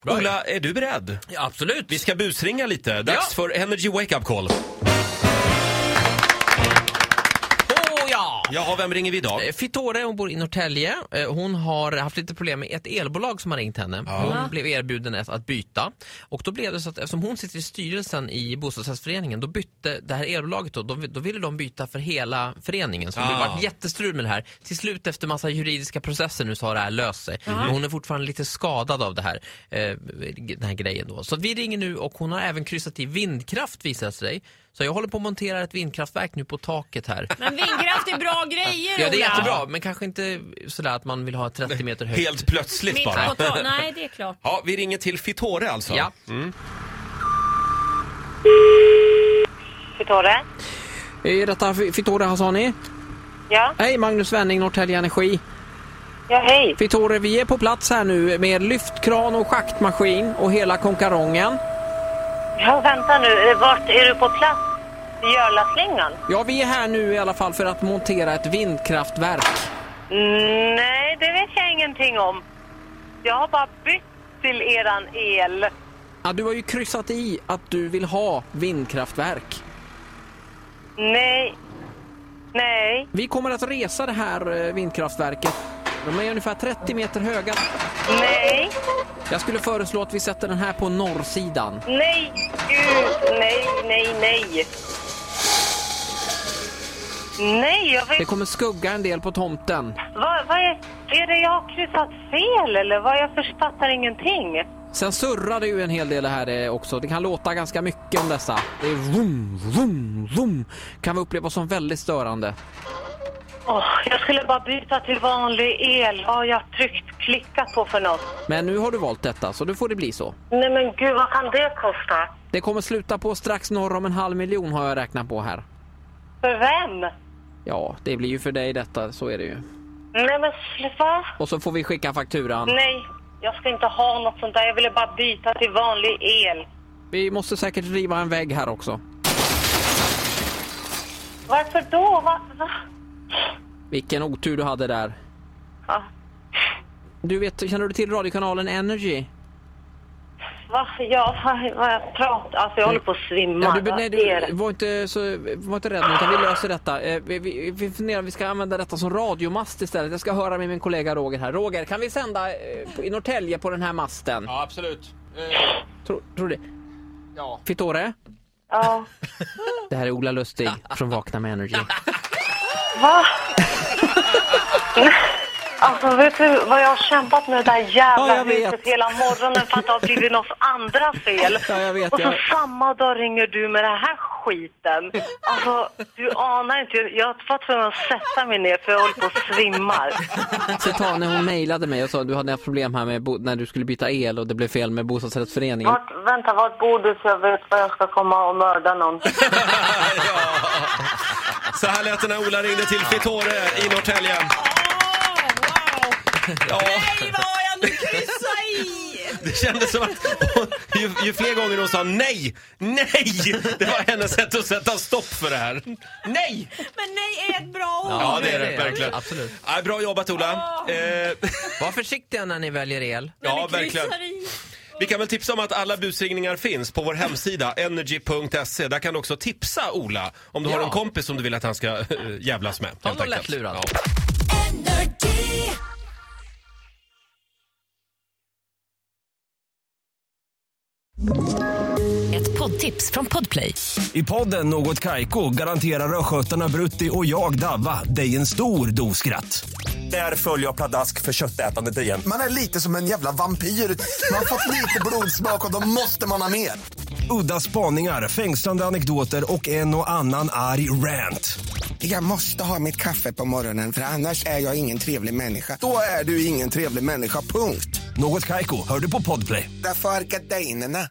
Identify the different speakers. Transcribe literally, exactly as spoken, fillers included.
Speaker 1: Bra.
Speaker 2: Ola, är du beredd?
Speaker 1: Ja, absolut.
Speaker 2: Vi ska busringa lite. Dags
Speaker 1: Ja.
Speaker 2: för Energy Wake Up Call. Jaha, vem ringer vi idag?
Speaker 1: Fittore, hon bor i Norrtälje. Hon har haft lite problem med ett elbolag som har ringt henne.
Speaker 2: Ja.
Speaker 1: Hon blev erbjuden att byta. Och då blev det så att eftersom hon sitter i styrelsen i bostadsrättsföreningen, då bytte det här elbolaget då, då, då ville de byta för hela föreningen. Så det
Speaker 2: Ah.
Speaker 1: blev varit jättestrul med det här. Till slut efter massa juridiska processer nu så har det här löst sig.
Speaker 2: Mm.
Speaker 1: Men hon är fortfarande lite skadad av det här, eh, den här grejen då. Så vi ringer nu och hon har även kryssat i vindkraft, visar sig. Så jag håller på att montera ett vindkraftverk nu på taket här.
Speaker 3: Men vindkraft är bra grejer,
Speaker 1: Ja, det är
Speaker 3: Ola.
Speaker 1: jättebra, men kanske inte sådär att man vill ha trettio meter högt.
Speaker 2: Helt plötsligt
Speaker 3: Mitt
Speaker 2: bara.
Speaker 3: på ta- Nej, det är klart.
Speaker 2: Ja, vi ringer till Fittore alltså.
Speaker 1: Ja.
Speaker 2: Mm.
Speaker 4: Fittore?
Speaker 1: Är detta Fittore Hassani?
Speaker 4: Ja?
Speaker 1: Hej, Magnus Wenning, Norrtälje Energi.
Speaker 4: Ja, hej.
Speaker 1: Fittore, vi är på plats här nu med lyftkran och schaktmaskin och hela konkarongen.
Speaker 4: Ja, vänta nu. Vart är du på plats? Görlaslingan?
Speaker 1: Ja, vi är här nu i alla fall för att montera ett vindkraftverk.
Speaker 4: Mm, nej, det vet jag ingenting om. Jag har bara bytt till eran el.
Speaker 1: Ja, du har ju kryssat i att du vill ha vindkraftverk.
Speaker 4: Nej. Nej.
Speaker 1: Vi kommer att resa det här eh, vindkraftverket. De är ungefär trettio meter höga.
Speaker 4: Nej.
Speaker 1: Jag skulle föreslå att vi sätter den här på norrsidan.
Speaker 4: Nej. Gud. Nej, nej, nej. Nej, jag vet.
Speaker 1: Det kommer skugga en del på tomten.
Speaker 4: Vad, vad är, är det jag har kryssat fel eller vad? Jag författar ingenting.
Speaker 1: Sen surrar det ju en hel del här eh, också. Det kan låta ganska mycket om dessa. Det är vroom, vroom, vroom. Kan vi uppleva som väldigt störande.
Speaker 4: Åh, jag skulle bara byta till vanlig el. Vad har jag tryckt, klickat på för något?
Speaker 1: Men nu har du valt detta, så då får det bli så.
Speaker 4: Nej men gud, vad kan det kosta?
Speaker 1: Det kommer sluta på strax norr om en halv miljon har jag räknat på här.
Speaker 4: För vem?
Speaker 1: Ja, det blir ju för dig detta, så är det ju.
Speaker 4: Nej men sluta.
Speaker 1: Och så får vi skicka fakturan.
Speaker 4: Nej, jag ska inte ha något sånt där. Jag ville bara byta till vanlig el.
Speaker 1: Vi måste säkert riva en vägg här också.
Speaker 4: Varför då? Va? Va?
Speaker 1: Vilken otur du hade där.
Speaker 4: Ja.
Speaker 1: Du vet, känner du till radiokanalen Energy?
Speaker 4: Va? Ja, vad, vad jag pratar. Alltså jag håller på att svimma.
Speaker 1: Ja, du,
Speaker 4: Vad
Speaker 1: nej,
Speaker 4: är
Speaker 1: du
Speaker 4: det?
Speaker 1: var inte, så, var inte rädd nu, utan vi löser detta. Eh, vi, vi, vi funderar, vi ska använda detta som radiomast istället. Jag ska höra med min kollega Roger här. Roger, kan vi sända eh, på, i Norrtälje på den här masten?
Speaker 2: Ja, absolut. Eh,
Speaker 1: Tror, tror du det?
Speaker 2: ja.
Speaker 1: Fittore?
Speaker 4: Ja.
Speaker 1: Det här är Ola Lustig från Vakna med Energy.
Speaker 4: Va? Alltså vet du vad jag har kämpat med det där jävla
Speaker 1: Ja, jag vet.
Speaker 4: huset hela morgonen för att det har blivit något andra fel.
Speaker 1: Ja, jag vet,
Speaker 4: Och så
Speaker 1: jag-
Speaker 4: samma dag ringer du med den här skiten. Alltså, du anar inte. Jag var tvungen att sätta mig ner för jag håller på att svimmar.
Speaker 1: Citat när hon mejlade mig och sa att du hade haft problem här med bo- när du skulle byta el och det blev fel med bostadsrättsföreningen.
Speaker 4: Vart, vänta, vart bor du så jag vet vad jag ska komma och mörda någon?
Speaker 2: Ja. Så här lät det när Ola ringde till Fittore i Norrtälje. Ja.
Speaker 3: Nej, vad har jag nu kryssat i?
Speaker 2: Det kändes som att hon, ju, ju fler gånger hon sa nej, nej, det var hennes sätt att sätta stopp för det här. Nej!
Speaker 3: Men nej är ett bra ord.
Speaker 2: Ja, det är det, verkligen.
Speaker 1: Absolut.
Speaker 2: Ja, bra jobbat, Ola. Eh,
Speaker 1: Var försiktiga när ni väljer el.
Speaker 3: När
Speaker 2: ja,
Speaker 3: vi
Speaker 2: verkligen.
Speaker 3: kryssar i.
Speaker 2: Vi kan väl tipsa om att alla busringningar finns på vår hemsida energy punkt se. Där kan du också tipsa Ola om du
Speaker 1: Ja.
Speaker 2: har en kompis som du vill att han ska äh, jävlas med.
Speaker 1: Ta
Speaker 2: helt
Speaker 1: någon
Speaker 2: enkelt.
Speaker 1: lättlurad.
Speaker 2: Ja.
Speaker 5: Ett poddtips från Podplay.
Speaker 6: I podden Något Kaiko garanterar röskötarna Brutti och jag Davva dig en stor dos skratt. Där följer jag pladask för köttätandet igen.
Speaker 7: Man är lite som en jävla vampyr. Man har fått lite blodsmak och då måste man ha mer.
Speaker 6: Udda spaningar, fängslande anekdoter och en och annan arg rant.
Speaker 7: Jag måste ha mitt kaffe på morgonen för annars är jag ingen trevlig människa. Då är du ingen trevlig människa, punkt.
Speaker 6: Något Kaiko, hör du på Podplay.
Speaker 7: Därför är gardinerna.